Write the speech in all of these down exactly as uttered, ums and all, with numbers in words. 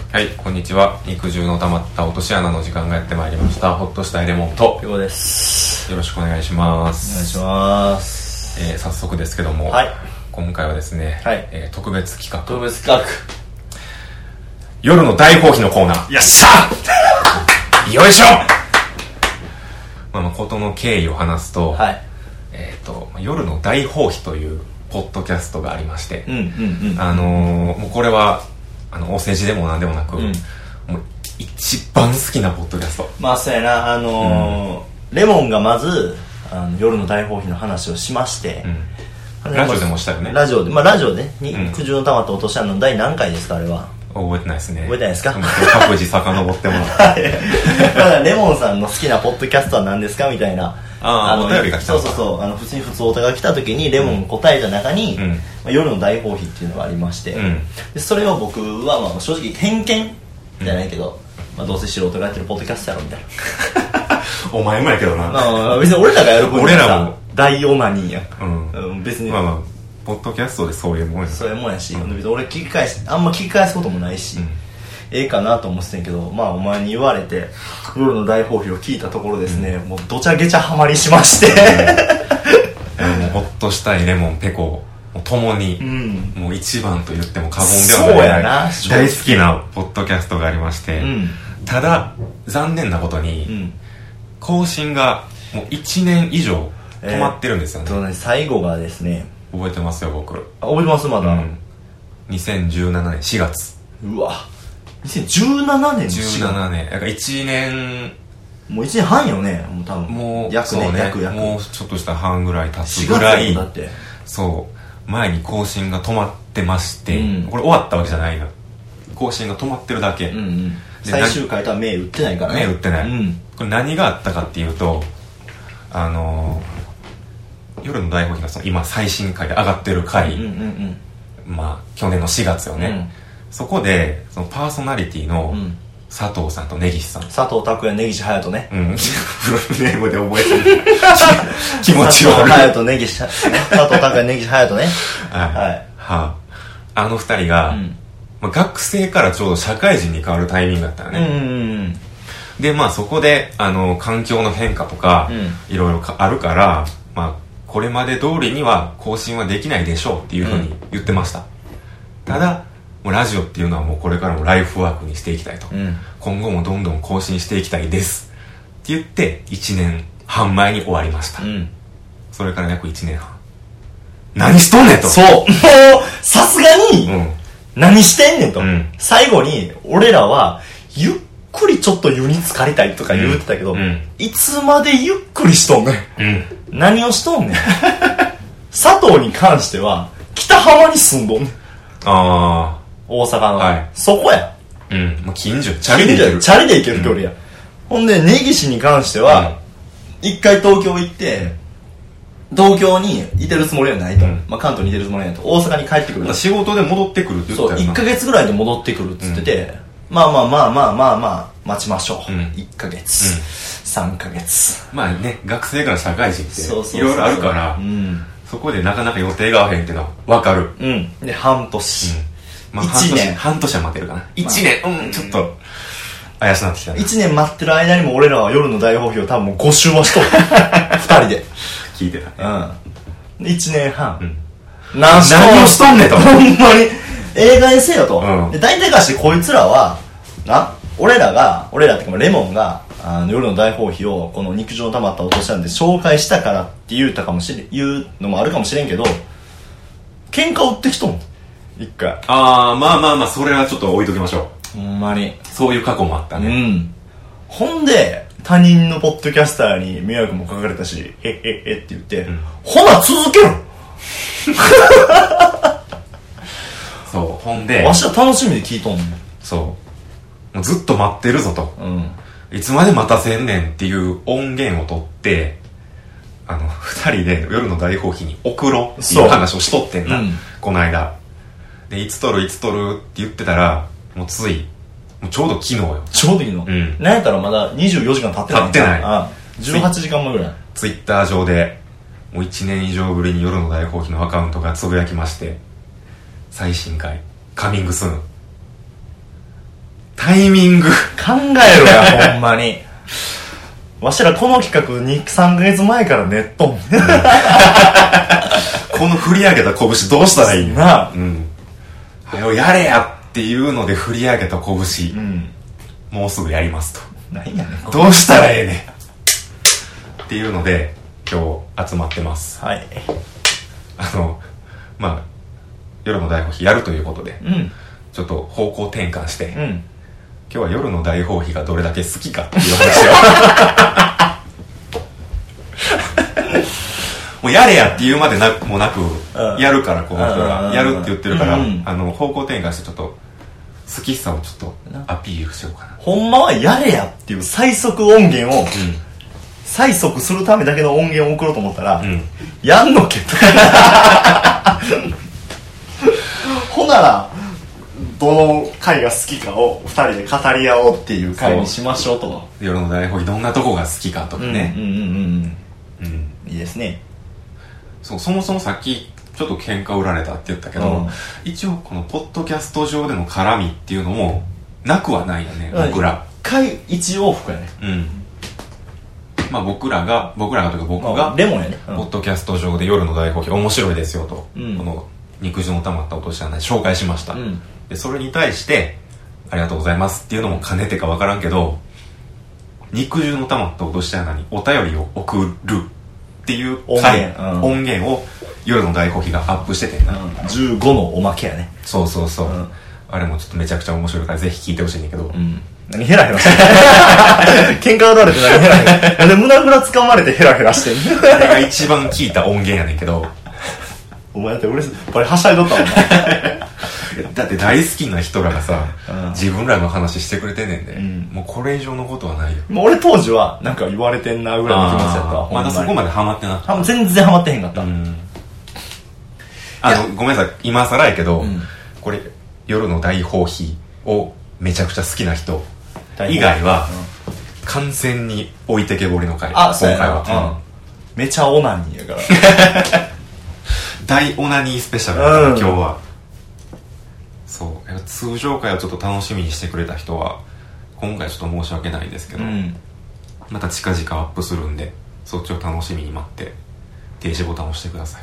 はい、こんにちは。肉汁の溜まった落とし穴の時間がやってまいりました。ほっとしたエレモンとピコです。 よろしくお願いします。 お願いします。 えー、早速ですけども、 はい、 今回はですね、 はいえー、特別企画特別企画夜の大放棄のコーナー。 よっしゃよいしょまあまあ事の経緯を話すと、 はい、 えーと夜の大放棄というポッドキャストがありまして、 うんうんうん、 あのー、もうこれはあのお世辞でもなんでもなく、うん、もう一番好きなポッドキャスト。 まあそうやな、あのーうん、レモンがまずあの夜の大放棄の話をしまして、 うん、ラジオでもしたよね。 ラジオで、まあラジオでに、 うん、 苦渋の溜まった落とし穴の第何回ですかあれは。 覚えてないですね。 覚えてないですか。 各自遡ってもらってだからレモンさんの好きなポッドキャストは何ですかみたいな、 ああのお便りが来た。 そうそうそう、あの普通に普通お便りが来た時にレモン答えた中に、うん、まあ、夜の大放棄っていうのがありまして、うん、でそれを僕はまあ正直偏見じゃないけど、うん、まあ、どうせ素人がやってるポッドキャストやろみたいなお前もやけどな、 まあ、別に俺らがやる分にはさ大オナニーや、 うんうん、別にまあまあポッドキャストでそういうもんやそういうもんやし、うん、別に俺聞き返しあんま聞き返すこともないし、うん、ええかなと思ってたんやけど、まあお前に言われて夜の大放棄を聞いたところですね、うん、もうどちゃげちゃハマりしまして、 うん、もうほっとしたいレモンペコともに、うん、もう一番と言っても過言ではないな大好きなポッドキャストがありまして、うん、ただ残念なことに、うん、更新がもういちねん以上止まってるんですよね、えー、 最後がですね覚えてますよ僕。 あ覚えてますまだ、うん、 にせんじゅうななねんしがつ。 うわにせんじゅうななねんじゅうななねんだからいちねんもういちねんはんよね。もう多分もう約ねそうね約約もうちょっとした半ぐらい経つぐらいだってそう前に更新が止まってまして、うん、これ終わったわけじゃないの。更新が止まってるだけ、うんうん、 最終回とは目打ってないからね。 目打ってない、うん、これ何があったかっていうとあのー夜の大放棄がその今最新回で上がってる回、うんうんうん、まあ去年のしがつよね、うん、そこでそのパーソナリティの佐藤さんと根岸さん、 佐藤拓也根岸隼人ね、 うん、フルネームで覚えてる気持ち悪い佐藤隼人根岸佐藤拓也根岸隼人ねはい、はいはあ、あの二人が、うんまあ、学生からちょうど社会人に変わるタイミングだったよね、うんうんうんでまあそこであの環境の変化とか、うん、いろいろあるからまあこれまで通りには更新はできないでしょうっていうふうに言ってました、うん、ただもうラジオっていうのはもうこれからもライフワークにしていきたいと、うん、今後もどんどん更新していきたいですって言っていちねんはん前に終わりました、うん、それから約いちねんはん何しとんねんとそうもうさすがに、うん、何してんねんと、うん、最後に俺らはゆっくりちょっと湯に浸かりたいとか言ってたけど、うん、いつまでゆっくりしとんねん、うん何をしとんねん佐藤に関しては北浜に住んどんねん。 ああ大阪の、はい、そこやうんもう近所チャリで行けるチャリで行ける距離や、うん、ほんで根岸に関しては一、うん、回東京行って東京にいてるつもりはないと、うんまあ、関東にいてるつもりはないと大阪に帰ってくる仕事で戻ってくるって言ったよな。そういっかげつぐらいで戻ってくるっつってて、うん、まあまあまあまあまあまあ待ちましょう、うん、いっかげつ、うんさんかげつまあね学生から社会人っていろいろあるから、うん、そこでなかなか予定が合わへんっていうのは分かる、 うん、で半年、 うんまあ、いちねん半年は待てるかな、まあ、いちねんうんちょっと怪しなってきたないちねん待ってる間にも俺らは夜の大放棄を多分もうご周はしとるふたりで聞いてたね、 うん、でいちねんはん、 うん、何をしとんねんとほんまに映画にせよと、うん、で大体かしてこいつらはな俺らが俺らってかレモンがあの夜の大放棄をこの肉汁の溜まった落とし穴で紹介したからって言うたかもしれ言うのもあるかもしれんけど喧嘩売ってきとん一回ああまあまあまあそれはちょっと置いときましょうほんまにそういう過去もあったねうんほんで他人のポッドキャスターに迷惑もかかれたしへっへっへって言って、うん、ほな続けろそうほんでわしは楽しみで聞いとんねんそうもうずっと待ってるぞと、うんいつまで待たせんねんっていう音源を取ってあのふたりで夜の大放棄に送ろうっていう話をしとってんな、うん、この間でいつ撮るいつ撮るって言ってたらもうついもうちょうど昨日よちょうど昨日、うん、なんやったらまだにじゅうよじかん経ってない経ってないあじゅうはちじかんまえぐらいツイッター上でもういちねん以上ぶりに夜の大放棄のアカウントがつぶやきまして最新回カミングスーンタイミング考えろやほんまにわしらこの企画に、さんかげつまえからネットんこの振り上げた拳どうしたらいいのなあ、 うん、はよやれやっていうので振り上げた拳、うん、もうすぐやりますと。 何やねんどうしたらええねんっていうので今日集まってます。 はい。 あのまあ夜の大放棄やるということで、 うん、ちょっと方向転換して、 うん、今日は夜の大放棄がどれだけ好きかっていう話をもうやれやって言うまでなもなく、うん、やるからこの人がやるって言ってるから、うん、あの方向転換してちょっと好きさをちょっとアピールしようかな。 ほんまはやれやっていう最速音源を、うん、催促するためだけの音源を送ろうと思ったら、うん、やんのけほならどの回が好きかをふたりで語り合おうっていう回にしましょうと。 夜の大放棄どんなとこが好きかとかね。 うんうんうんうん、うん、いいですね。 そう、そもそもさっきちょっと喧嘩売られたって言ったけど、うん、一応このポッドキャスト上での絡みっていうのもなくはないよね、うん、僕ら一回一往復やね。 うん、まあ僕らが僕らがというか僕が、 まあ、レモンやね、 うん、ポッドキャスト上で夜の大放棄面白いですよと、うん、この肉汁の溜まった落とし穴で紹介しました、うん、でそれに対してありがとうございますっていうのも兼ねてか分からんけど、肉汁の溜まった落とし穴にお便りを送るっていう回音源、うん、音源を夜の大放棄がアップしててんな、うん、 じゅうごのおまけやね。 そうそうそう、うん、あれもちょっとめちゃくちゃ面白いからぜひ聞いてほしいんだけど、うん、 何ヘラヘラしてん喧嘩売られて何ヘラヘラなんで胸ぐら掴まれてヘラヘラしてんのあれが一番聞いた音源やねんけどお前だって俺これはしゃいどったもんだって大好きな人らがさ、うん、自分らの話してくれてんねんで、うん、もうこれ以上のことはないよ。 もう俺当時はなんか言われてんなぐらいの気持ちやった。 まだそこまでハマってなかった。 全然ハマってへんかった、うん、 あのごめんなさい今更やけど、うん、これ夜の大放棄をめちゃくちゃ好きな人以外は、うん、完全に置いてけぼりの回。 あ、今回は、うん、めちゃオナニーやから大オナニースペシャルだから、うん、今日はそう通常回をちょっと楽しみにしてくれた人は今回ちょっと申し訳ないですけど、うん、また近々アップするんでそっちを楽しみに待って停止ボタンを押してください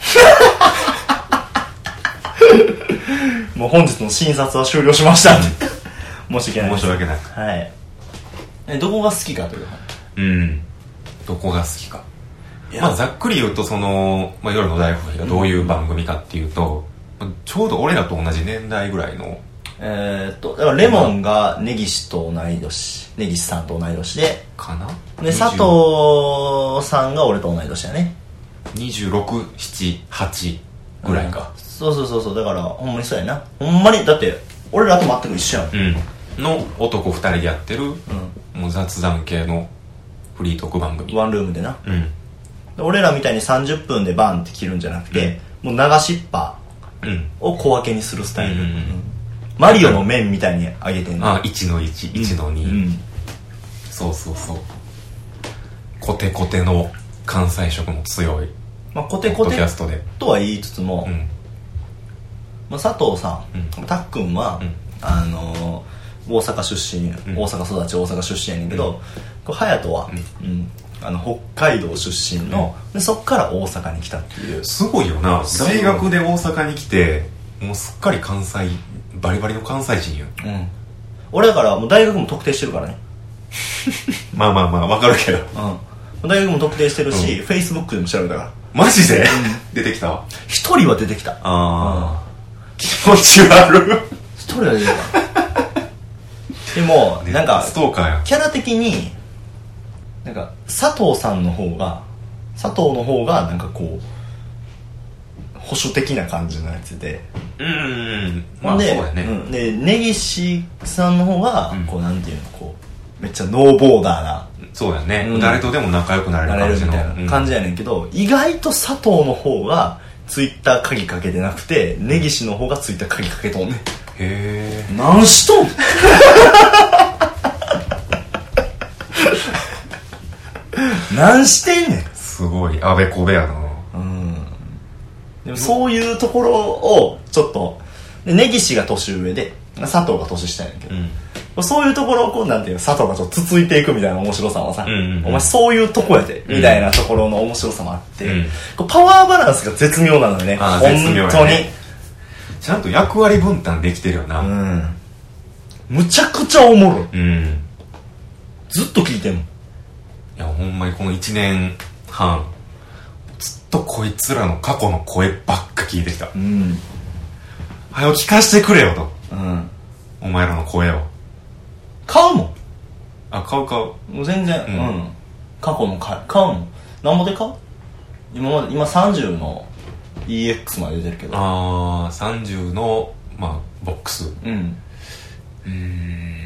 もう本日の診察は終了しました申し訳ない申し訳ない。 はい。えどこが好きかというか、 うんどこが好きか、まあざっくり言うとその、まあ、夜の大放棄がどういう番組かっていうと、うん、ちょうど俺らと同じ年代ぐらいのえー、っとだからレモンが根岸と同い年、根岸さんと同い年でかなで佐藤さんが俺と同い年やね。 にじゅうろく、なな、はちぐらいか、 うん、そうそうそうそうだからほんまにそうやな。ほんまにだって俺らと全く一緒やん、 うん、の男ふたりでやってる、うん、もう雑談系のフリートーク番組。 ワンルームでな、 うん、 俺らみたいにさんじゅっぷんでバンって切るんじゃなくて、うん、もう流しっぱを小分けにするスタイル、うんうんうん、マリオの面みたいに上げてんの。 あ、いちのいち、いちのに、うんうん、そうそうそうコテコテの関西色の強い、 まあ、コテコテとは言いつつも、うんまあ、佐藤さん、うん、たっくんは、うん、あのー、大阪出身、うん、大阪育ち大阪出身やねんけど、うん、隼人は、うんうん、あの北海道出身の、うん、でそっから大阪に来たっていう。 すごいよな。大学で大阪に来てもうすっかり関西バリバリの関西人や、 うん、俺だからもう大学も特定してるからねまあまあまあ分かるけど、 うん、大学も特定してるし、うん、Facebook でも調べたから。 マジで、うん、出てきた。 一人は出てきた。 ああ、うん気持ち悪い。 一人は出てたでも、ね、なんかストーカーや。 キャラ的になんか佐藤さんの方が佐藤の方がなんかこう保守的な感じのやつで、 うんうんうんまあそうやね、うん、で根岸さんの方がこう、うん、なんていうのこうめっちゃノーボーダーな。 そうやね、うん、誰とでも仲良くなれる感じのなれるみたいな感じやねんけど、うん、意外と佐藤の方がツイッター鍵かけてなくて根岸の方がツイッター鍵かけとんねん。へえ。 何しとん何してんねん。 すごいあべこべやな。 うんでもそういうところをちょっと根岸が年上で佐藤が年下やねんけど、うん、 そういうところをこうなんていうの佐藤がちょっとつついていくみたいな面白さはさ、 うんうんうん、 お前そういうとこやで、みたいなところの面白さもあって、うん、こうパワーバランスが絶妙なのよね。 あ本当に、 ね、ちゃんと役割分担できてるよな。 うん、むちゃくちゃおもろい、 うん、 ずっと聞いてんもん。いやほんまにこのいちねんはんずっとこいつらの過去の声ばっか聞いてきた。うん、はよ聞かしてくれよと、うん、お前らの声を。 買うもん。 あ、買う買う。 もう全然、うん、うん、過去の買う買うもん。なんぼで買う？今まで今さんじゅうの イーエックス まで出てるけど。 ああ、さんじゅうのまあボックス。うん。うーん。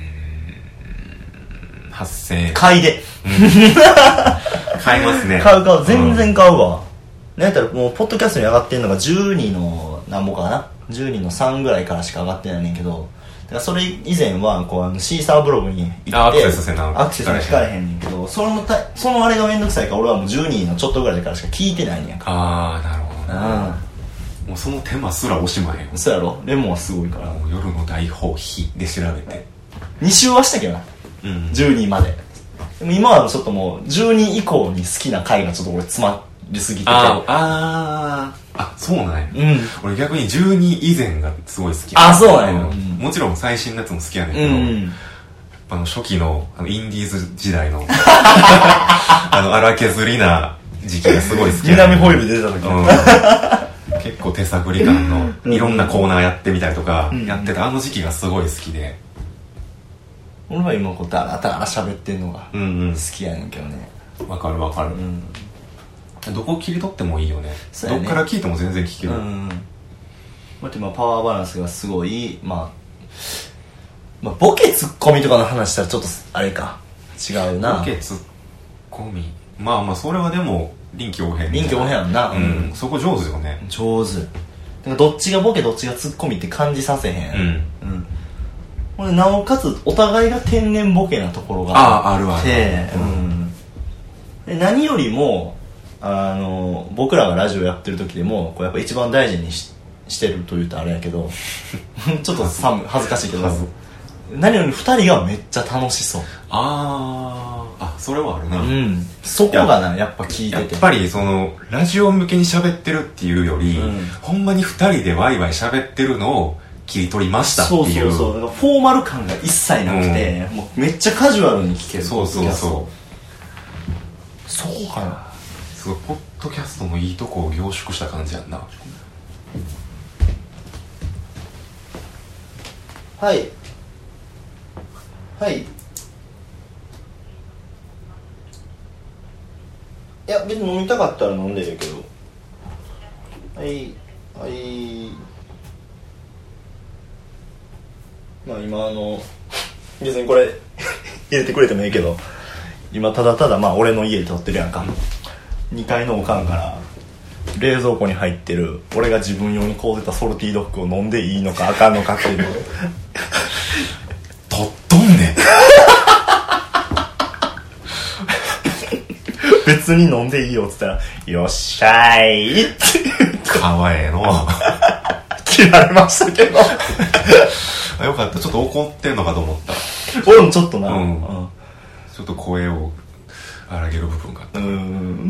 はっせんえん。 買いで。 うん、買いますね。 買う買う、全然買うわ。うん、なんやったらもうポッドキャストに上がってんのがじゅうにのなんぼかな。じゅうにのさんぐらいからしか上がってないねんけど。それ以前はこうあのシーサーブログに行ってアクセスせなアクセスに引かれへんねんけど、そのたそのあれがめんどくさいから俺はもうじゅうにのちょっとぐらいからしか聞いてないねんか。 ああ、なるほどな。もうその手間すらおしまへん。 そうやろ。レモンはすごいから。 もう夜の大放棄で調べてに周はしたけどな、うん、じゅうにまで。でも今はちょっともうじゅうに以降に好きな回がちょっと俺詰まりすぎてて。 あああ、そうなんや、うん、俺逆にじゅうに以前がすごい好き。 あ、そうなんや、 うん、もちろん最新のやつも好きやねんけど、うん、あの初期のあのインディーズ時代のあの荒削りな時期がすごい好きやねん。 南ホイール出てた時、 うん、結構手探り感のいろんなコーナーやってみたりとかやってたあの時期がすごい好きで、 俺は今こうダラダラ喋ってんのが好きやねんけどね。 わ、うんうん、かるわかる、うん、どこ切り取ってもいいよ ね, ねどっから聞いても全然聞ける。うん、 まあ、今パワーバランスがすごい、まあ、まあボケツッコミとかの話したらちょっとあれか違うな。 ボケツッコミ、まあまあそれはでも臨機応変。 臨機応変やんな、 うん、うん、そこ上手よね。 上手。だからどっちがボケどっちがツッコミって感じさせへん。うんうん。これなおかつお互いが天然ボケなところがあって、ああ、あるある、うん、で何よりもあの僕らがラジオやってる時でもこうやっぱ一番大事に し, してると言うとあれやけどちょっと寒恥ずかしいけど何よりふたりがめっちゃ楽しそう。 あーあ、それはあるな、 うん、そこがなやっぱ聞いててやっぱりそのラジオ向けに喋ってるっていうより、うん、ほんまにふたりでワイワイ喋ってるのを切り取りましたっていう。 そうそうそう、フォーマル感が一切なくて、うん、もうめっちゃカジュアルに聞ける。 そうそうそう、 そうかな。 すごいポッドキャストのいいとこを凝縮した感じやんな。 はいはい。いや別に飲みたかったら飲んでるけど。はいはい。まあ今あの別にこれ入れてくれてもいいけど、今ただただまあ俺の家で撮ってるやんか。にかいのおかんから冷蔵庫に入ってる俺が自分用に買うてたソルティードッグを飲んでいいのかあかんのかっていうのをとっとんね別に飲んでいいよっつったらよっしゃいってかわええの切られましたけどよかった。ちょっと怒ってんのかと思った。 俺もちょっとな、うんうん、ちょっと声を荒げる部分があった。うん、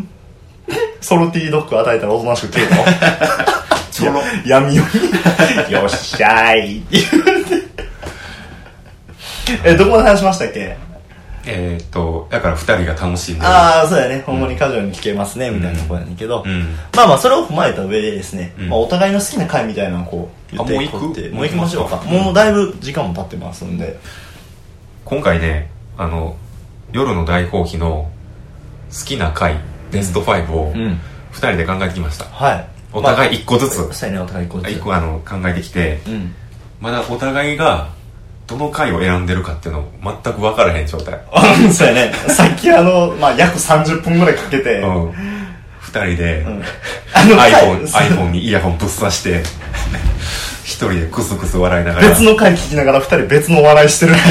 ソルティードッグ与えたらおとなしく消えたのちょろ闇よりよっしゃいって言ってえ、どこまで話しましたっけ。 えーっとだからふたりが楽しんでる。 ああそうやね、ほんまにカジュアルに聞けますね、うん、みたいなところやねんけど、うん、まあまあそれを踏まえた上でですね、うん、まあ、お互いの好きな回みたいなのをこう言っていこうって。もう行きましょうか。もうだいぶ時間も経ってますんで、 今回ねあの夜の大放棄の好きな回ベストファイブをふたりで考えてきました、うん、はい。お互いいっこずつ、まあ、 そうやね、お互いいっこずついっこあの考えてきて、うん、まだお互いがどの回を選んでるかっていうの全く分からへん状態。 そうやね。さっきあの、まあ、約さんじゅっぷんぐらいかけて、うん、 ふたりで、うん、iPhone, iPhone にイヤホンぶっ刺して一人でクスクス笑いながら別の回聞きながらふたり別の笑いしてる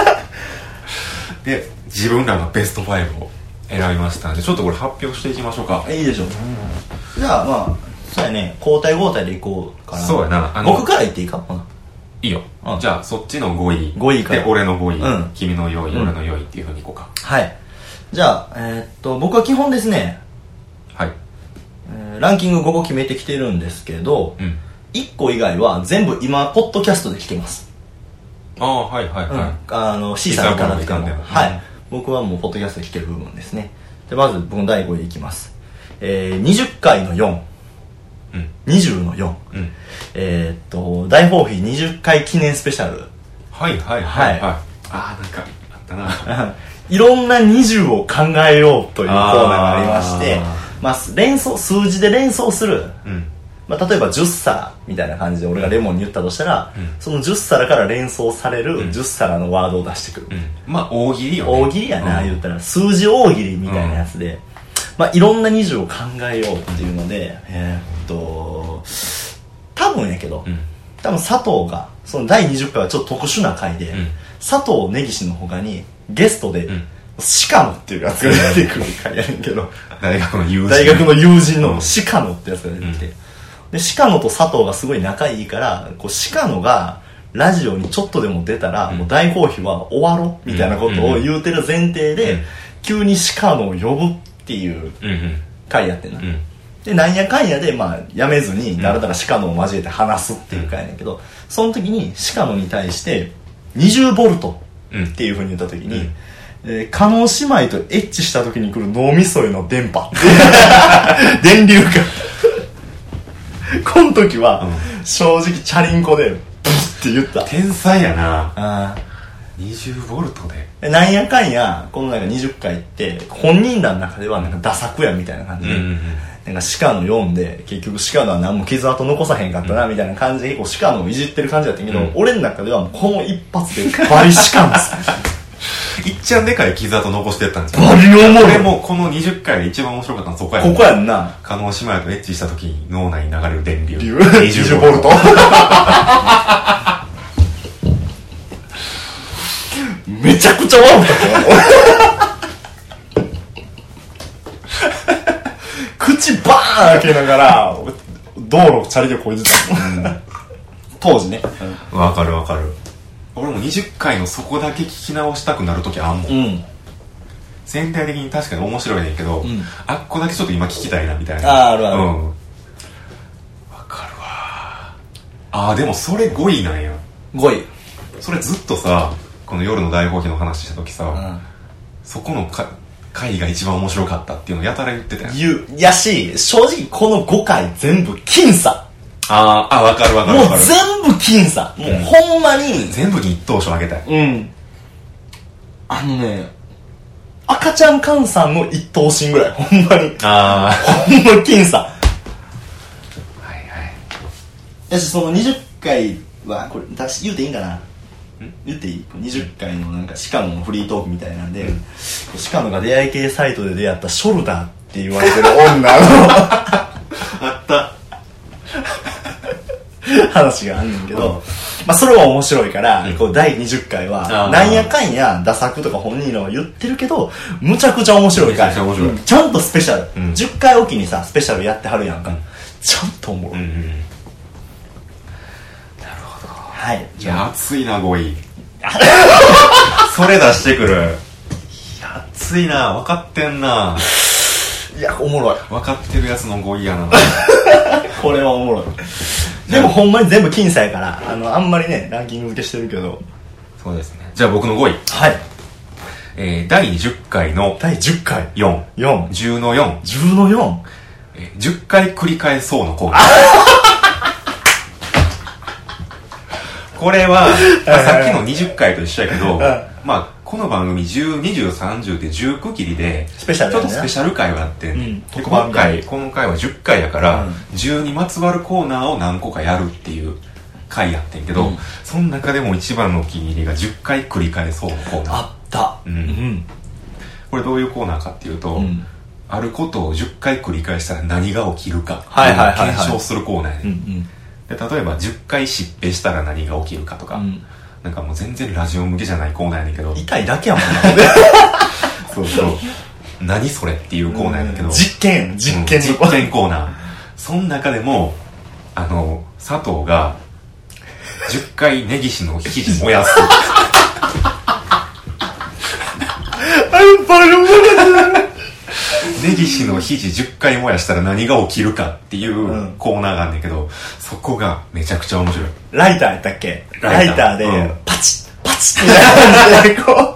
で自分らのベストファイブを選びましたんで、ちょっとこれ発表していきましょうか。 いいでしょう、うん、じゃあまあそうやね、交代交代でいこうかな。 そうやな、 あの僕から言っていいかな。 いいよ、うん、じゃあそっちのごいごいからで俺のごい、 うん、 君のよい、うん、俺のよいっていうふうにいこうか。 はいじゃあえー、っと僕は基本ですねはい、 えー、ランキングごこ決めてきてるんですけど、うん、いっこ以外は全部今ポッドキャストで聞けます。 ああはいはいはい、うん、 あの C さんからっても、はい、僕はもうポッドキャストで聞ける部分ですね。でまず僕のだいごいいきます。えー、にじゅっかいのよん、うん、にじゅうのよん、うん、えー、っと大放棄にじゅっかい記念スペシャル。 はいはいはいはい、はい、ああなんかあったないろんなにじゅうを考えようというコーナーがありまして、まあ、連想数字で連想する、うんまあ、例えばじゅっさらみたいな感じで俺がレモンに言ったとしたら、うん、そのじゅっさらから連想されるじゅっさらのワードを出してくる、 うん、まあ大喜利よね。 大喜利やな、うん、言ったら数字大喜利みたいなやつで、うん、まあいろんなにじゅうを考えようっていうので、うん、えー、っと多分やけど、うん、多分佐藤がそのだいにじゅっかいはちょっと特殊な回で、うん、佐藤根岸の他にゲストで、うん鹿野っていうやつが出てくる回やねんけど大学の友人大学の友人の鹿野ってやつが出てきて、うん、で鹿野と佐藤がすごい仲いいからこう鹿野がラジオにちょっとでも出たら、うん、もう大放棄は終わろみたいなことを言うてる前提で、うん、急に鹿野を呼ぶっていう回やってんな、うん、でなんやかんやで、まあ、やめずにだらだら鹿野を交えて話すっていう回やねんけど、その時に鹿野に対してにじゅうボルトっていう風に言った時に、うんえー、加納姉妹とエッチした時に来る脳みそへの電波電流がこの時は、うん、正直チャリンコでブッって言った。 天才やなあ。にじゅうボルトでなんやかんやこのなんかにじゅっかいって本人らの中ではなんかダサくやみたいな感じで、うんうんうん、なんか鹿野読んで結局鹿野は何も傷跡残さへんかったなみたいな感じで結構鹿野をいじってる感じだったけど、うん、俺の中ではもうこの一発でバリ鹿野ですいっちゃんでかい傷跡残してやったんですよ。 バリおもろい。 俺もこのにじゅっかいで一番面白かったのはそこやん。 ここやんな。 加納姉妹とエッチした時に脳内に流れる電流にじゅうボルトめちゃくちゃ笑った口バーン開けながら道路チャリでこいでた、うん、当時ね。 わ、うん、かるわかる。俺もにじゅっかいのそこだけ聞き直したくなるときあんもん、うん、全体的に確かに面白いねんけど、うん、あっこだけちょっと今聞きたいなみたいな。 ああるある、 うん、分かるわ。あーでもそれごいなんや。 ごい。 それずっとさこの夜の大放棄の話したときさ、うん、そこのか回が一番面白かったっていうのやたら言ってたやん。 言うやし正直このごかい全部僅差。 ああ、わかるわかるわかる。 もう全部僅差。もうほんまに。 全部に一等賞あげたい。 うん。あのね、赤ちゃん換算の一等身ぐらい。ほんまに。 ああ。 ほんま僅差。はいはい。 やし、そのにじゅっかいは、これ、私言うていいんかな？言っていい？にじゅっかいのなんか、鹿野のフリートークみたいなんで、うん、鹿野が出会い系サイトで出会ったショルダーって言われてる女のあった。 話があんねんけど、うん、まあそれは面白いから、うん、こうだいにじゅっかいはなんやかんやダサくとか本人らは言ってるけどむちゃくちゃ面白いから、 ちゃ面白い、 うん、ちゃんとスペシャル、うん、じゅっかいおきにさスペシャルやってはるやんか、うん、ちゃんと思う、うんうん、なるほど。はい。 いや熱いなごいそれ出してくる。いや熱いな。分かってんな。 いやおもろい。 分かってるやつのごいやなこれはおもろい。でもほんまに全部僅差やからあのあんまりねランキング付けしてるけど。 そうですね。じゃあ僕のごい。 はい。 えー、だいじゅっかいのだいじゅっかいよん。 よん。 じゅうのよん。 じゅうのよん。 えー、じゅっかい繰り返そうのコーナー。これは、まあ、さっきのにじゅっかいと一緒やけど、まあこの番組じゅう、にじゅう、さんじゅうってじゅう区切りでスペシャル、ね、 ちょっとスペシャル回があって、ね、うん、 で今回この回はじゅっかいやから、うん、じゅうにまつわるコーナーを何個かやるっていう回やってんけど、うん、その中でも一番のお気に入りがじゅっかい繰り返そうのコーナー。 あった、 うんうん、これどういうコーナーかっていうと、うん、あることをじゅっかい繰り返したら何が起きるかっていうのを検証するコーナーやね、うんうん、で例えばじゅっかい失敗したら何が起きるかとか、うんなんかもう全然ラジオ向けじゃないコーナーやねんけど痛いだけやもんなそうそう何それっていうコーナーやねんけど実験実験、うん、 実験コーナーその中でもあの佐藤がじゅっかい根岸の肘燃やすあれバルブ根岸の肘じゅっかい燃やしたら何が起きるかっていうコーナーがあんねんけど、そこがめちゃくちゃ面白い。 ライターやったっけ？ライターで、うん、パチッパチッみたいな感じでこ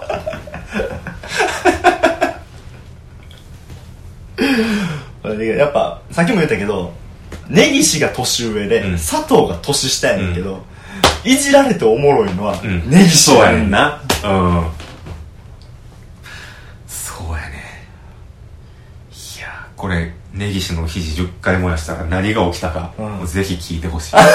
うやっぱさっきも言ったけど根岸が年上で、うん、佐藤が年下やねんけど、うん、いじられておもろいのは、うん、根岸やねんな。うんこれ根岸の肘じゅっかい燃やしたら何が起きたか、うん、ぜひ聞いてほしい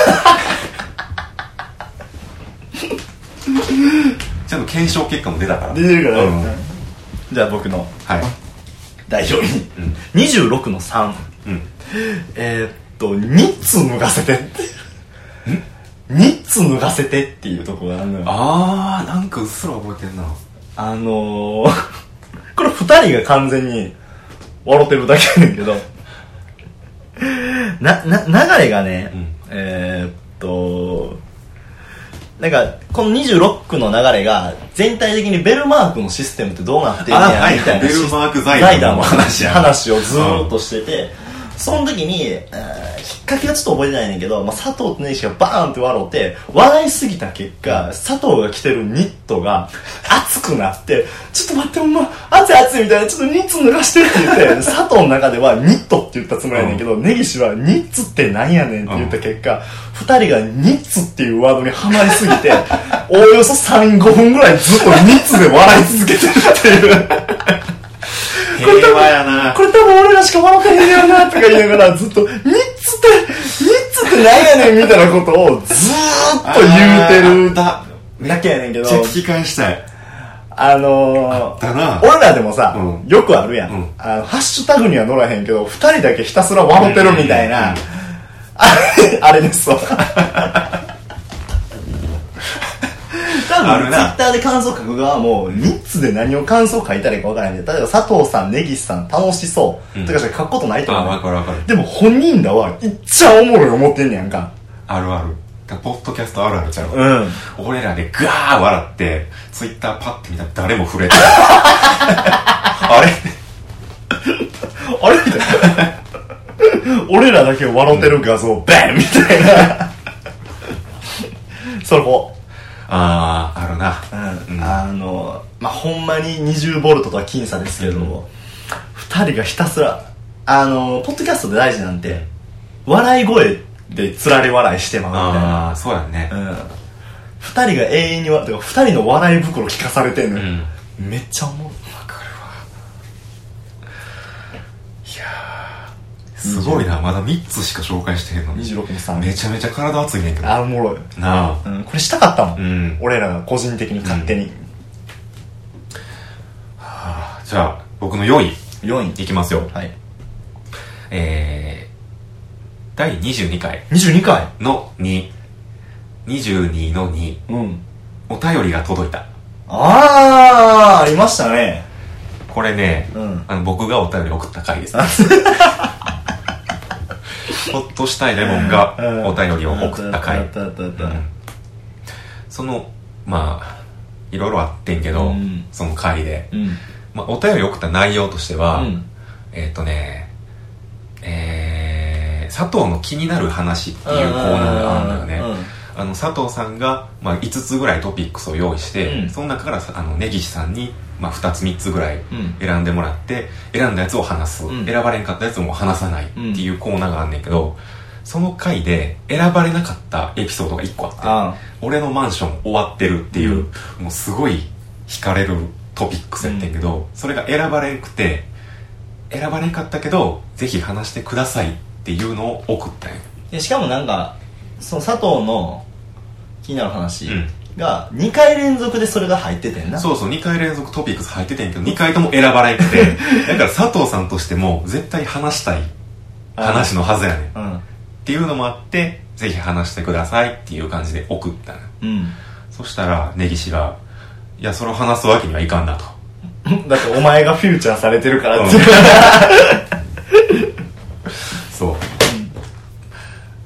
ちゃんと検証結果も出たから出てるから、うん、じゃあ僕の、 はい、 代表に、うん、にじゅうろくのさん、うん、えー、っとニッツ脱がせてってニッツ脱がせてっていうとこがあるのよ。 あーなんかうっすら覚えてんな。 あのー、これふたりが完全に笑ってるだけやねんけどな、な、流れがね、うん、えー、っとなんかこのにじゅうろくの流れが全体的にベルマークのシステムってどうなってんねやみたいな、 ベルマーク財団の話や話をずーっとしてて、うん、その時に、えー、引っ掛けはちょっと覚えてないねんけど、まあ、佐藤と根岸がバーンって笑って笑いすぎた結果、佐藤が着てるニットが熱くなってちょっと待ってほんま熱い熱いみたいな、ちょっとニッツ脱がしてって言って佐藤の中ではニットって言ったつもりやねんけど、根岸はニッツってなんやねんって言った結果、二人がニッツっていうワードにハマりすぎておおよそさん、ごふんぐらいずっとニッツで笑い続けてるっていう平和やな。 これ多分俺らしか笑ってへんやなとか言いながらずっとニッツってニッツってなんやねんみたいなことをずーっと言うてるだけやねんけど、 めっちゃ聞き返したい。 あのー、 あったな。 俺らでもさ、うん、よくあるやん、うん、あのハッシュタグには載らへんけど二人だけひたすら笑ってるみたいな、うん、あれあれですわ多分ツイッターで感想書く側もニッツで何を感想書いたらいいか分からないんで、例えば佐藤さん、根岸さん楽しそうとかしか書くことないと思う、ね、 あ、分かる分かる。 でも本人らはいっちゃおもろい思ってんねやんか。 あるある。ポッドキャストあるあるちゃう、 うん、 俺らでガー笑ってツイッターパッて見たら誰も触れてるあれあれみたいな俺らだけ笑ってる画像、うん、バンみたいなそこあーあるな、 うんうん、あのまあほんまににじゅうボルトとは僅差ですけど、うん、ふたりがひたすらあのポッドキャストで大事なんて笑い声でつられ笑いしてまうみたいな。 ああそうやね、うん、 ふたりが永遠に笑ってふたりの笑い袋聞かされてんのよ、うん、めっちゃ思う。 わかるわ。いやーすごいな、まだみっつしか紹介してへんのににじゅうろくのさんめちゃめちゃ体熱いねんけど。 あーおもろいなあ、 うん、これしたかったもん、うん、俺らが個人的に勝手に、うん、 はあ、じゃあ僕のよんいよんいいきますよ。 はい。 えーだいにじゅうにかいにじゅうにかいのに にじゅうにのに、うん、お便りが届いた。 あーありましたね。 これね、うん、あの僕がお便り送った回ですねほっとしたいレモンがお便りを送った回、うん、そのまあいろいろあってんけど、うん、その回で、うんまあ、お便り送った内容としては、うん、えーっとねえー佐藤の気になる話っていうコーナーがあるんだよね。あの佐藤さんが、まあ、いつつぐらいトピックスを用意して、うん、その中からあの根岸さんに、まあ、ふたつみっつぐらい選んでもらって、うん、選んだやつを話す、うん、選ばれんかったやつも話さないっていうコーナーがあんねんけど、その回で選ばれなかったエピソードがいっこあって、あ俺のマンション終わってるっていう、うん、もうすごい惹かれるトピックスやってんけど、うん、それが選ばれんくて選ばれんかったけどぜひ話してくださいっていうのを送ったんよ。 でしかもなんかその佐藤の気になる話がにかい連続でそれが入っててんな、 うん、そうそうにかい連続トピックス入っててんけどにかいとも選ばれなくてだから佐藤さんとしても絶対話したい話のはずやねん、うん、っていうのもあってぜひ話してくださいっていう感じで送ったの、うん、そしたら根岸がいやそれを話すわけにはいかんなとだってお前がフューチャーされてるからって、うん、そう、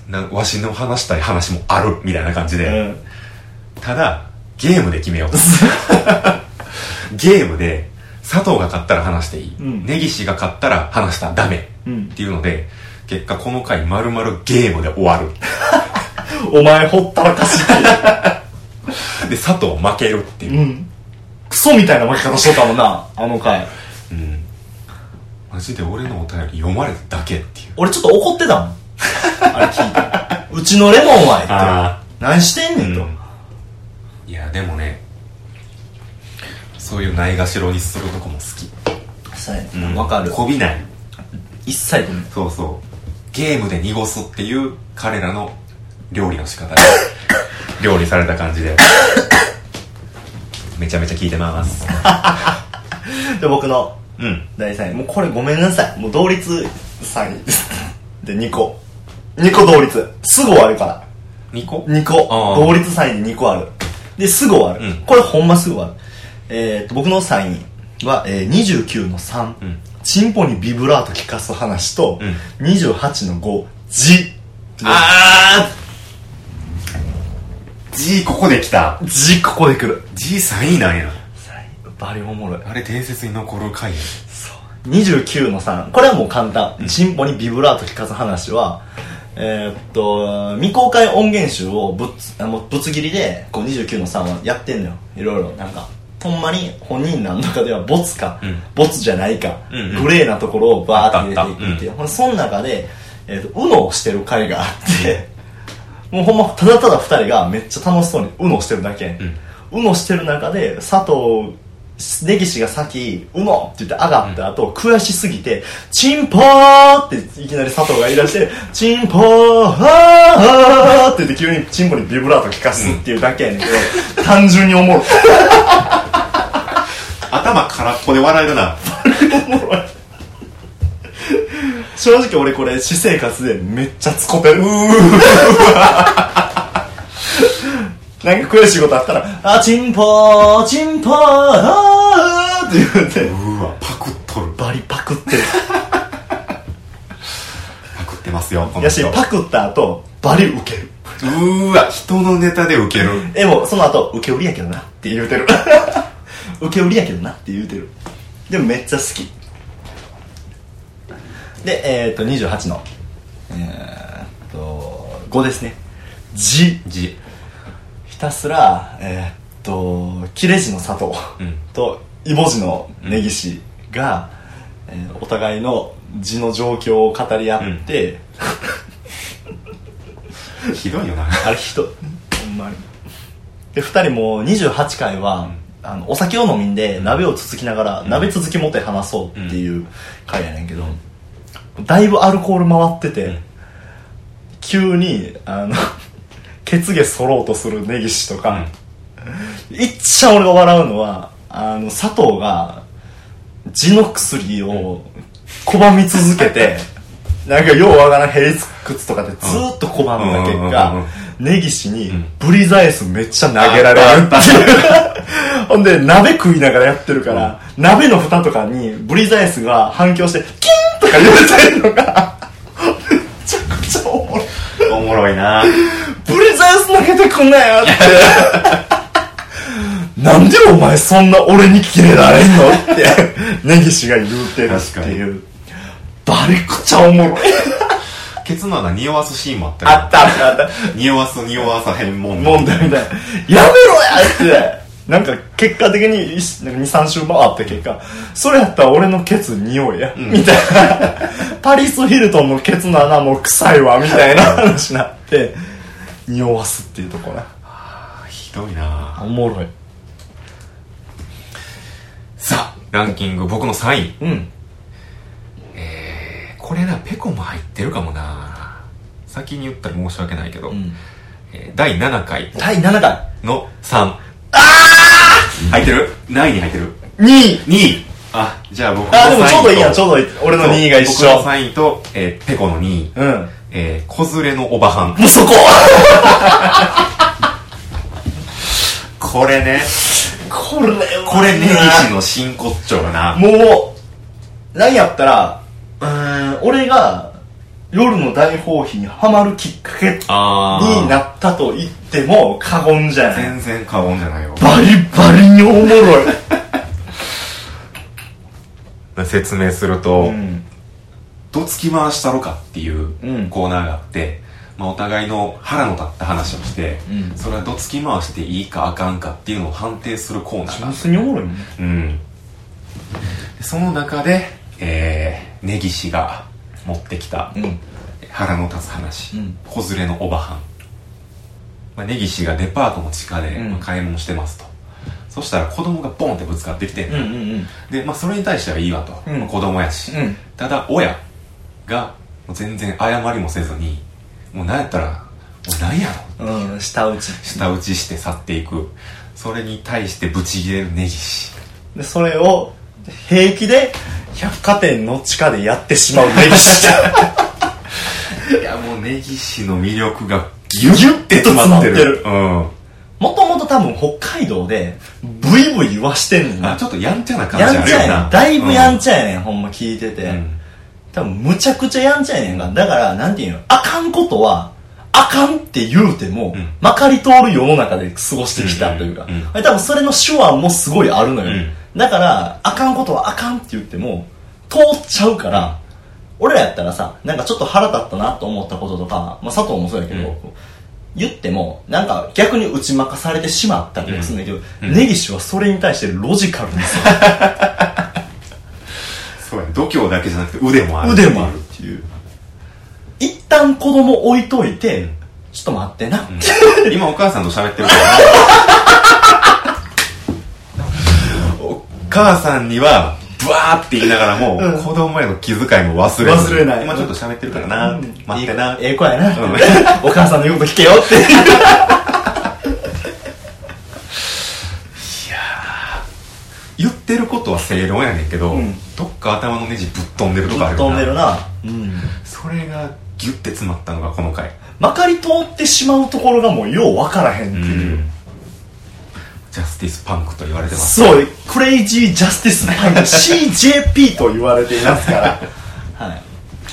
なわしの話したい話もあるみたいな感じで、うん、ただゲームで決めようとゲームで佐藤が勝ったら話していい、うん、根岸が勝ったら話したらダメ、うん、っていうので結果この回まるまるゲームで終わるお前ほったらかしで佐藤負けるっていう、うん、 クソみたいな負け方しとったもんなあの回、うん、 マジで俺のお便り読まれただけっていう。 俺ちょっと怒ってたもんあれ聞いてうちのレモンはって何してんねんと、うん、 いやでもねそういうないがしろにするとこも好き。 そうやね、うん、分かる。 こびない一切こびない。 そうそうゲームで濁すっていう彼らの料理の仕方で料理された感じでめちゃめちゃ聞いてますで僕のだいさんい、もうこれごめんなさいもう同率さんいでにこにこ同率すぐ終わるからにこにこ同率さんいでにこあるですぐ終わる、うん、これほんますぐ終わる。えー、っと僕のさんいは、えー、にじゅうきゅうのさん、うん、チンポにビブラート聞かす話と、うん、にじゅうはちのごジあーG ここで来た。 G ここで来る。 ジーさんいなんや。 バリおもろい。 あれ伝説に残る回や。 そうにじゅうきゅうのさんこれはもう簡単、うん、チンポにビブラート聞かす話はえー、っと未公開音源集をぶつあのぶつ切りでこうにじゅうきゅうのさんはやってんのよ。いろいろなんかほんまに本人らの中ではボツか、うん、ボツじゃないか、うんうん、グレーなところをバーって入れていって、うん、その中で、えー、と ウノ をしてる回があってもうほんまただただふたりがめっちゃ楽しそうに ウノ してるだけ、うん、ウノ してる中で佐藤根岸が先「ウノ」って言って上がった後、うん、悔しすぎて「チンポー」っていきなり佐藤が言い出して「チンポーはー」って言って急にチンポにビブラート聞かすっていうだけやねんけど、うん、単純におもろい頭空っぽで笑えるなおもろい正直俺これ私生活でめっちゃつこてるうーなんか悔しいことあったら「あチンポーチンポーあー」って言ってうわパクっとる。 バリパクってるパクってますよこの人。 やしパクった後バリウケる。 うーわ人のネタでウケる。 でもその後ウケ売りやけどなって言うてるウケ売りやけどなって言うてる。でもめっちゃ好きでえっ、ー、とにじゅうはちのえー、っとごですね。ジジひたすらえー、っと切れ字の佐藤、うん、とイボ字の根岸が、うんえー、お互いの字の状況を語り合って、 うん、ひどいよなあれひどいほんまに。でふたりもにじゅうはちかいは、うん、あのお酒を飲みんで鍋をつつきながら、うん、鍋つつき持って話そうっていう回やねんけど、うん、だいぶアルコール回ってて、うん、急にあの血毛剃ろうとする根岸とか、うん、いっちゃん俺が笑うのはあの佐藤が痔の薬を拒み続けて、うん、なんかようわからんへりくつとかでずっと拒んだ結果、根岸にブリザエスめっちゃ投げられるっていうほんで鍋食いながらやってるから、うん、鍋の蓋とかにブリザエスが反響してキーンとか言うてるのがめちゃくちゃおもろい。 おもろいな。 ブリザエス投げてくんなよってなんでお前そんな俺にキレられんのって根岸が言うてるっていうバリくちゃおもろいケツの穴匂わすシーンもあったよ。 あったあったあった匂わす匂わさへんもん問題みたいなやめろやってなんか結果的ににさん週回った結果それやったら俺のケツ匂いや、うん、みたいなパリス・ヒルトンのケツの穴も臭いわみたいな話になって匂わすっていうとこな。 あひどいな。 おもろい。 さあランキング僕のさんい、 うんえー、これなペコも入ってるかもな。先に言ったら申し訳ないけど、うんえー、だいななかいだいななかいのさん。 あー入ってる何位に入ってるにいにいあじゃあ僕のさんいとあでもちょうどいいやんちょうどいい俺のにいが一緒。 僕のさんいと、えー、ペコのにいうんえー、子連れのおばはん。 もうそここれねこれこれ根岸の真骨頂だな。 もう何やったらうーん俺が夜の大放棄にハマるきっかけになったと言っても過言じゃない。 全然過言じゃないよ。 バリバリにおもろい説明すると、うん、どつき回したろかっていうコーナーがあって、うん、まあ、お互いの腹の立った話をして、うん、それはどつき回していいかあかんかっていうのを判定するコーナーがあって、 純粋におもろいね。 うん。その中で、えー、根岸が持ってきた、うん、腹の立つ話、うん、子連れのおばはん、まあ、根岸がデパートの地下で、まあ、買い物してますと、そしたら子供がボンってぶつかってきて、うんうんうん、で、まあ、それに対してはいいわと、うん、まあ、子供やし、うん、ただ親がもう全然謝りもせずに、もうなんやったらもうなんやろ、 うん、舌打ち舌打ちして去っていく。それに対してブチギレる根岸で、それを平気で百貨店の地下でやってしまう根岸いや、もう根岸の魅力がギュッて詰まってる。うん。 もともと多分北海道でブイブイ言わしてんねんな。 ちょっとやんちゃな感じあるよな。やんちゃやねん。だいぶやんちゃやねん、うん、ほんま聞いてて、うん、多分むちゃくちゃやんちゃやねんが。だからなんていうの、あかんことはあかんって言うても、うん、まかり通る世の中で過ごしてきたというか、うんうんうん、多分それの手腕もすごいあるのよ、うん、だからあかんことはあかんって言っても通っちゃうから、俺らやったらさ、なんかちょっと腹立ったなと思ったこととか、まあ、佐藤もそうやけど、うん、言ってもなんか逆に打ち負かされてしまったりするんだけど、うん、根岸はそれに対してロジカルにさそうや、度胸だけじゃなくて腕もある腕もあるっていう。一旦子供置いといて、うん、ちょっと待ってな、 うん、今お母さんと喋ってるからお母さんにはブワーって言いながらも、うん、子供への気遣いも忘れ忘れない。 今ちょっと喋ってるからな、うん、待ってな、 ええ子やな、うん、お母さんの言うこと聞けよっていやー、言ってることは正論やねんけど、うん、どっか頭のネジぶっ飛んでるとかあるよな。 ぶっ飛んでるな、うん、 それがギュッて詰まったのがこの回。 まかり通ってしまうところがもうよう分からへんっていう、うん、 ジャスティスパンクと言われてます。 そう、クレイジージャスティスパンクシージェーピー と言われていますからはい。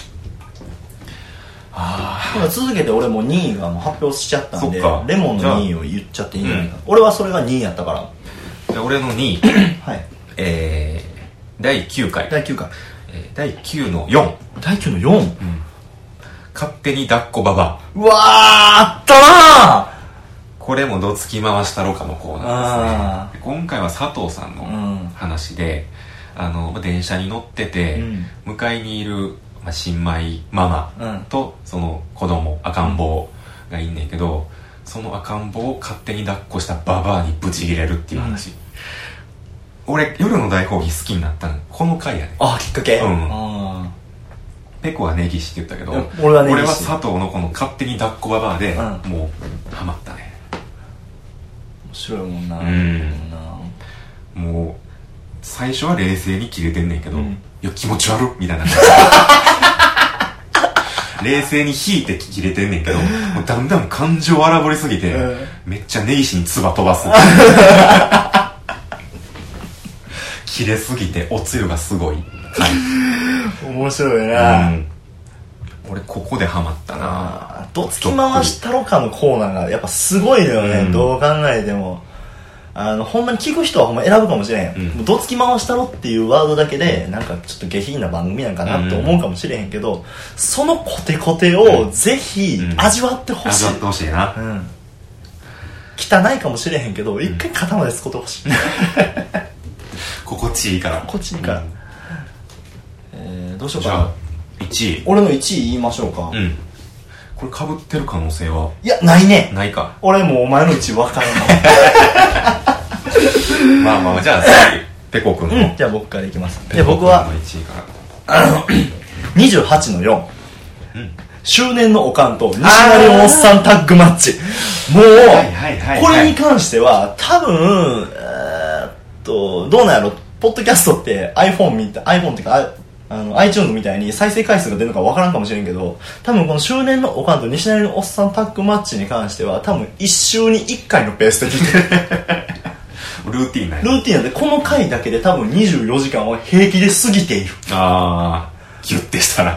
あ、続けて俺もにいがもう発表しちゃったんで、レモンのにいを言っちゃっていいんじゃないか、うん、俺はそれがにいやったから。 じゃあ俺のにいはい、えー、だいきゅうかいだいきゅうかい、 えー、だいきゅうのよんだいきゅうのよん、うん、 勝手に抱っこババア。うわー、あったなー。 これもどつき回したろかのコーナーですね。今回は佐藤さんの話で、うん、あの電車に乗ってて、うん、向かいにいる、まあ、新米ママと、うん、その子供赤ん坊がいんねんけど、その赤ん坊を勝手に抱っこしたババアにブチギレるっていう話、うん、俺夜の大放棄好きになったのこの回やね。 あ、きっかけ。 うん。あ、ペコは根岸って言ったけど、 俺は根岸。 俺は佐藤のこの勝手に抱っこババアで、うん、もうハマったね。 面白いもんな、うん、 もう最初は冷静にキレてんねんけど、うん、いや気持ち悪っみたいな冷静に引いてキレてんねんけど、もうだんだん感情荒ぶりすぎて、うん、めっちゃ根岸に唾飛ばすキレすぎておつゆがすごい、はい、 面白いな、うん、 俺ここでハマったな。 どつき回したろかのコーナーがやっぱすごいのよね、うん、どう考えても。あのほんまに聞く人はほんま選ぶかもしれへん、うん、どつき回したろっていうワードだけでなんかちょっと下品な番組なんかなって思うかもしれへんけど、うん、そのコテコテをぜひ味わってほしい、 うん、味わってほしいな、うん、 汚いかもしれへんけど一回肩まで使ってほしい心地いいから心地いいから、うん、えー、どうしようかな。 じゃあいちい、俺のいちい言いましょうか。うん、 これ被ってる可能性は。 いや、ないね。 ないか。 俺もうお前のいちい分からんのまあまあ、じゃあ次ペコ君の、 うん、じゃあ僕からいきます。で僕はいちいからあのにじゅうはちのよん、うん、周年のおかんと西成おっさんタッグマッチ。もう、はいはいはいはい、これに関しては多分えー、っとどうなんやろ、ポッドキャストって iPhone みたい iPhone っていうかあの iTunes みたいに再生回数が出るのか分からんかもしれんけど、多分この周年のおかんと西成のおっさんタッグマッチに関しては多分いっ週にいっかいのペースで聞いてるルーティーンなんルーティーンなんで、この回だけで多分にじゅうよじかんは平気で過ぎている。 ああ、ギュッてしたらバ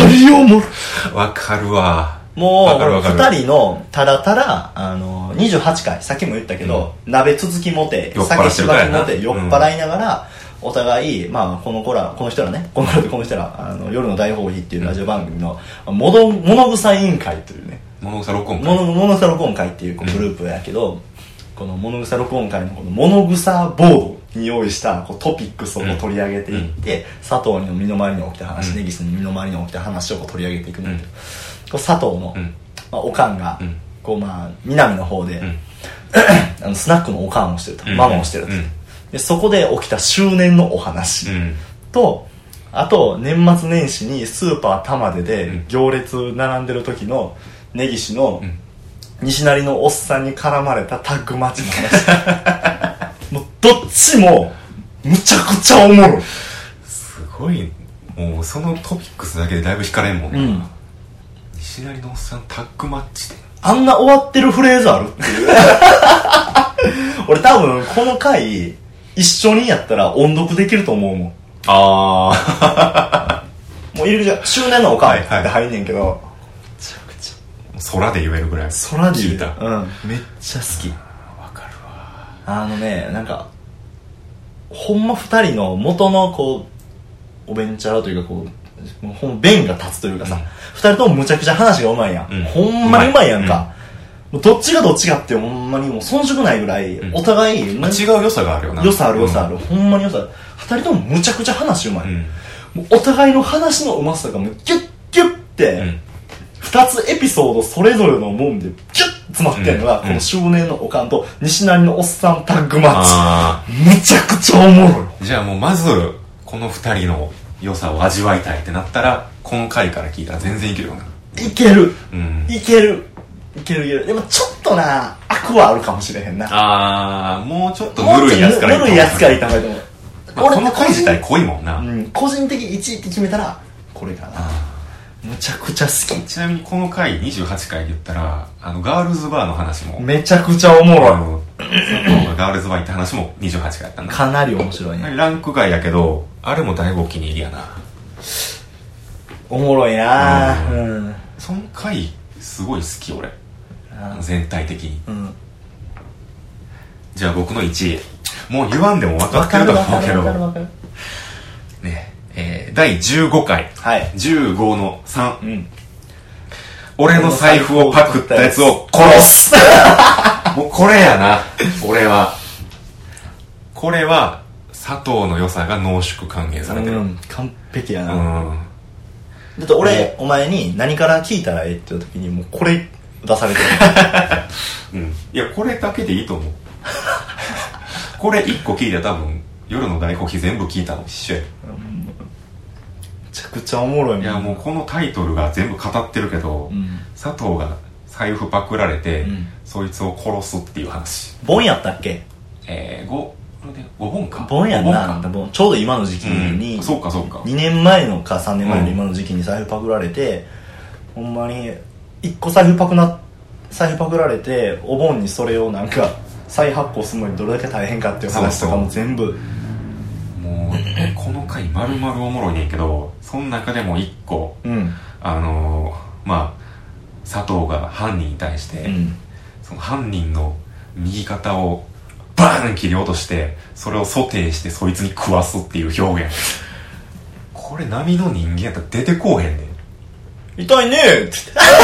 リオもわかるわ。 もうふたりのただただあのにじゅうはちかいさっきも言ったけど、うん、鍋続き持て酒しばき持て酔っ払いながら、うん、お互い、まあ、この子らこの人らねこの子らこの人らあの夜の大放棄っていうラジオ番組の物草委員会というね物草録音会物草録音会っていうグループやけど、うん、この物草録音会のこの物草ボードに用意したこうトピックスをこう取り上げていって、うん、佐藤の身の回りに起きた話、うん、根岸の身の回りに起きた話をこう取り上げていくんだけど、こう佐藤の、うんまあ、おかんが、うん、こうまあ南の方で、うん、あのスナックのおかんをしてると、うん、ママをしてると、うん、でそこで起きた周年のお話、うん、とあと年末年始にスーパー玉出で行列並んでる時の根岸の西成のおっさんに絡まれたタッグマッチの話もうどっちもむちゃくちゃおもろい。 すごいもうそのトピックスだけでだいぶ惹かれんもんね、うん西成のおっさんタッグマッチであんな終わってるフレーズあるっていう俺多分この回一緒にやったら音読できると思うもん。 ああもう入り口は周年のおかんって入んねんけど、はいはい、めちゃくちゃ空で言えるぐらい空で言えた、うん、めっちゃ好き。 わかるわ。 あのねなんかほんま二人の元のこうおべんちゃらというかこうほん弁が立つというかさ、うん、二人ともむちゃくちゃ話がうまいやん、うん、ほんまにうまいやんか、うん、もうどっちがどっちかってほんまにもう遜色ないぐらい、うん、お互い、 まあ、違う良さがあるよな。 良さある良さある、うん、ほんまに良さある。二人ともむちゃくちゃ話うまい、うん、もうお互いの話のうまさがもうギュッギュッって二、うん、つエピソードそれぞれのもんでギュッ詰まってるのが、うん、この周年のおかんと西成のおっさんタッグマッチむちゃくちゃおもろい。 じゃあもうまずこの二人の良さを味わいたいってなったらこの回から聞いたら全然いけるよな。 いける、うん、いけるいけるいける。でもちょっとな悪はあるかもしれへんな。 あーもうちょっとぬるいやつからぬるいやつからいった方がいいと思う、 まあ、この回自体濃いもんな、 うん、個人的いちいって決めたらこれかな。むちゃくちゃ好き。 ちなみにこの回にじゅうはちかいで言ったらあのガールズバーの話もめちゃくちゃおもろい。 ガールズバー行った話もにじゅうはちかいやったんだ。 かなり面白いね。 ランク外やけどあれもだいぶお気に入りやな。 おもろいな、うんうん、その回すごい好き俺全体的に、うん、じゃあ僕のいちいもう言わんでも分かってると思うけどねえー、だいじゅうごかい、はい、じゅうごのさん、うん、俺の財布をパクったやつを殺すもうこれやな俺はこれは佐藤の良さが濃縮還元されてる、うん、 完璧やな、うん、だって俺お前に何から聞いたらええって言った時にもうこれ出されてる、うん、いやこれだけでいいと思うこれいっこ聞いたら多分夜の大呼吸全部聞いたの一緒や、うん、 めちゃくちゃおもろいもん。 いやもうこのタイトルが全部語ってるけど、うん、佐藤が財布パクられて、うん、そいつを殺すっていう話。 ボンやったっけ。 えー、ごごぼんかボンやんな。ちょうど今の時期に、 うん、そうかそうかにねんまえのかさんねんまえの今の時期に財布パクられて、うん、ほんまにいっこ財布パクな財布パクられてお盆にそれをなんか再発行するのにどれだけ大変かっていう話とかも全部。 そうそうもうこの回まるまるおもろいねんけどその中でもいっこ、うん、あのー、まあ佐藤が犯人に対して、うん、その犯人の右肩をバーン切り落としてそれをソテーしてそいつに食わすっていう表現これ波の人間やったら出てこうへんねん。 痛いねーって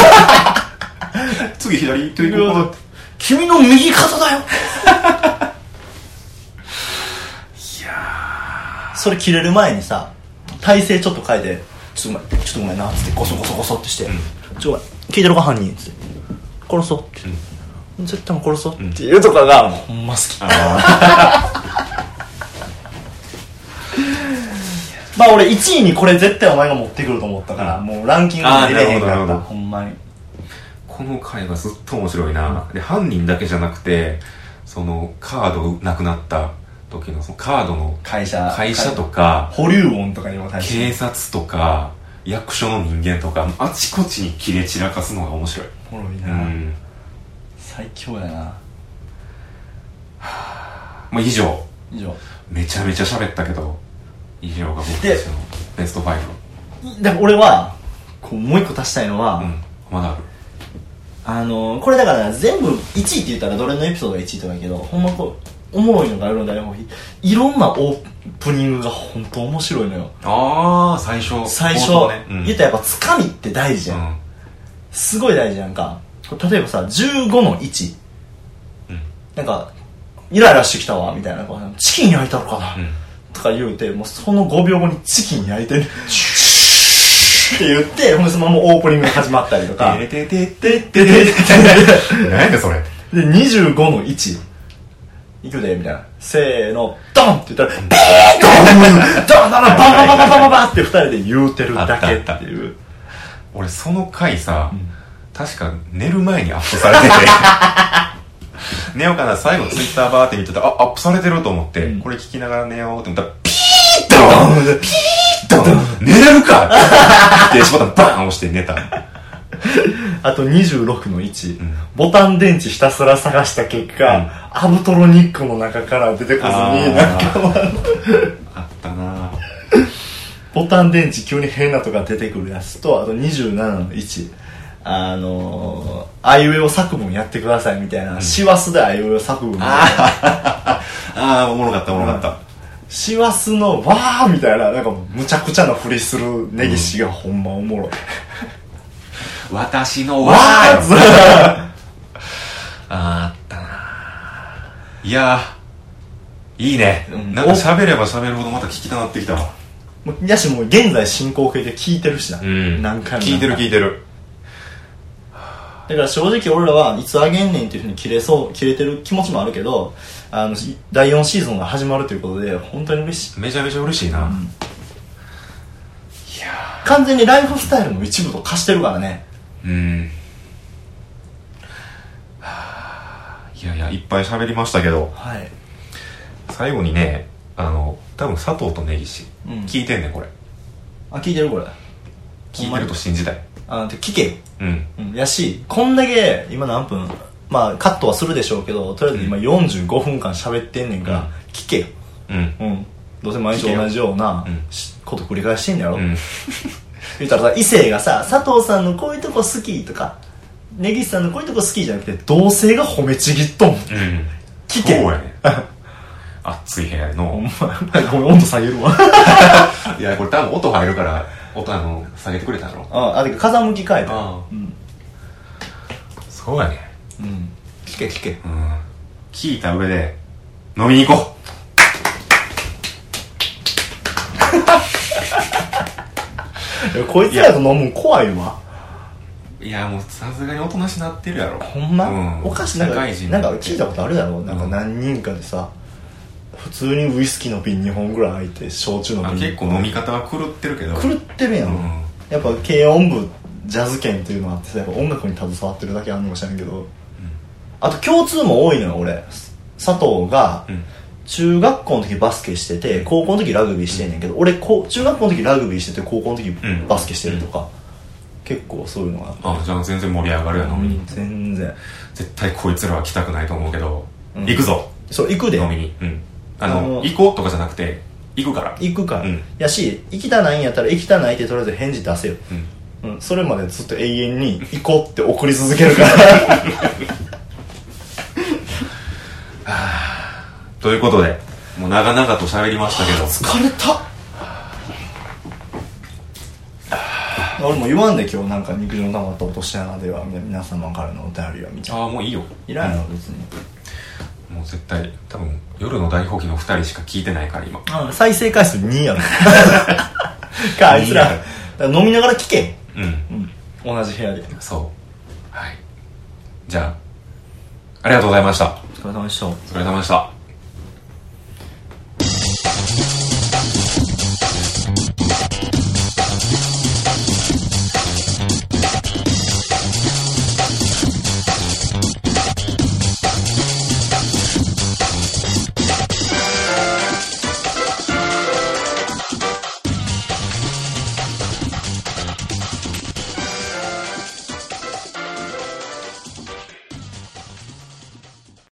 次左ということって君の右肩だよいやそれ切れる前にさ体勢ちょっと変えてちょっとごめんちょっとごめんなっつってゴソゴソゴソってして、うん、ちょっと聞いてるか犯人っつって殺そうって、うん、絶対も殺そうっていうとかが、うん、ほんま好き。まあ俺いちいにこれ絶対お前が持ってくると思ったから、うん、もうランキングに入れへんかった。ほんまにこの回はずっと面白いな、うん、で犯人だけじゃなくてそのカードなくなった時のそのカードの会社会社とか保留音とかにも対して警察とか役所の人間とかあちこちに切れ散らかすのが面白い。 おもろいな、うん、最強やな。はあ、まあ以上以上めちゃめちゃ喋ったけど以上が僕たちのベストファイブ。 だから俺はこうもう一個足したいのは、 うん、まだある。 あのー、これだから全部いちいって言ったらどれのエピソードがいちいとかやけど、ほんまこうおもろいのがあるので、いろんなオープニングが本当面白いのよ。 ああ、最初最初、ね、うん、言ったらやっぱつかみって大事じゃん、うん、すごい大事やんか。例えばさじゅうごのいち、うん、なんかイライラしてきたわみたいな、チキン焼いたのかな、うん、とか言うて、もうそのごびょうごにチキン焼いてるって言って、ほんでそのままオープニングが始まったりとかててててててて何やねんそれでにじゅうごのいちいくでみたいな、せーのドンって言ったらビードンドンドンドンバババババババってふたりで言うてるだけっていう。 俺その回さ、うん、確か寝る前にアップされてて寝ようかな、最後ツイッターバーって見てたら、あ、アップされてると思って、うん、これ聞きながら寝ようって思ったらピードンピードン寝れるかってしまったらバーン押して寝た。 あとにじゅうろくのいち、うん、ボタン電池ひたすら探した結果、うん、アブトロニックの中から出てこずになんかあったなボタン電池急に変なとか出てくるやつと、あとにじゅうななのいち、あのー、あいうえお作文やってくださいみたいな、師、う、走、ん、であいうえお作文みたいなああ、おもろかったおもろかった。 師走のわーみたいな、なんかむちゃくちゃなふりする根岸がほんまおもろい、うん私のわーああったな。いやーいいね、うん、なんか喋れば喋るほどまた聞きたなってきたわ。 やしもう現在進行形で聞いてるしな、うん、何回も聞いてる聞いてる。 だから正直俺らはいつあげんねんっていうふうに切れそう切れてる気持ちもあるけど、あのだいよんシーズンが始まるということで本当に嬉しい。 めちゃめちゃ嬉しいな、うん、いや完全にライフスタイルの一部と化してるからね。 うん、はあ、いやいやいっぱい喋りましたけど、 はい、 最後にね、あの多分佐藤と根岸、うん、聞いてんねんこれ。 あ、聞いてるこれ。 聞いてると信じたい。 あ、聞けよ、 うんうん、やしこんだけ今何分、まあカットはするでしょうけど、とりあえず今よんじゅうごふんかん喋ってんねんから、うん、聞けよ、 うんうん、 どうせ毎日同じようなこと繰り返してんやろ、うん、言ったらさ、異性がさ、佐藤さんのこういうとこ好きとか根岸さんのこういうとこ好きじゃなくて、同性が褒めちぎっとん、うん、聞け。 そうやね暑い部屋のごめん温度下げるわいやこれ多分音入るから音あの下げてくれたの。 ああ、で風向き変えて、うん、 そうやね、 うん、聞け聞け、 うん、聞いた上で飲みに行こうこいつらと飲むん怖いわ。 いやもうさすがにおとなしなってるやろほんま、うん、おかしい。なんかなんか聞いたことあるやろ、なんか何人かでさ、普通にウイスキーの瓶にほんぐらい開いて焼酎の瓶、 結構飲み方は狂ってるけど狂ってるやん、うん、やっぱ軽音部ジャズ圏っていうのがあってさ、やっぱ音楽に携わってるだけあんのかもしれんけど、うん、あと共通も多いのよ。俺佐藤が、うん、中学校の時バスケしてて高校の時ラグビーしてんねんけど、うん、俺こ中学校の時ラグビーしてて高校の時バスケしてるとか、うん、結構そういうのがあ。あ、じゃあ全然盛り上がるやな、うん、 全然絶対こいつらは来たくないと思うけど、うん、行くぞ。 そう行くで飲みに、うん、あの、あの行こうとかじゃなくて行くから行くから、うん、やし行きたないんやったら行きたないってとりあえず返事出せよ、うんうん、それまでずっと永遠に行こうって送り続けるからはあ、ということでもう長々と喋りましたけど疲れた。俺も言わんで今日なんか肉汁の溜まった落とし穴では皆様からのお便りはみたいな。 ああもういいよ、 いらんの別に。 もう絶対多分夜の大放棄のふたりしか聞いてないから今。 あ再生回数にやろかあいつら飲みながら聞け、 うん、 うん、同じ部屋で。 そうはい、じゃあありがとうございました。 お疲れ様でした。 お疲れ様でした。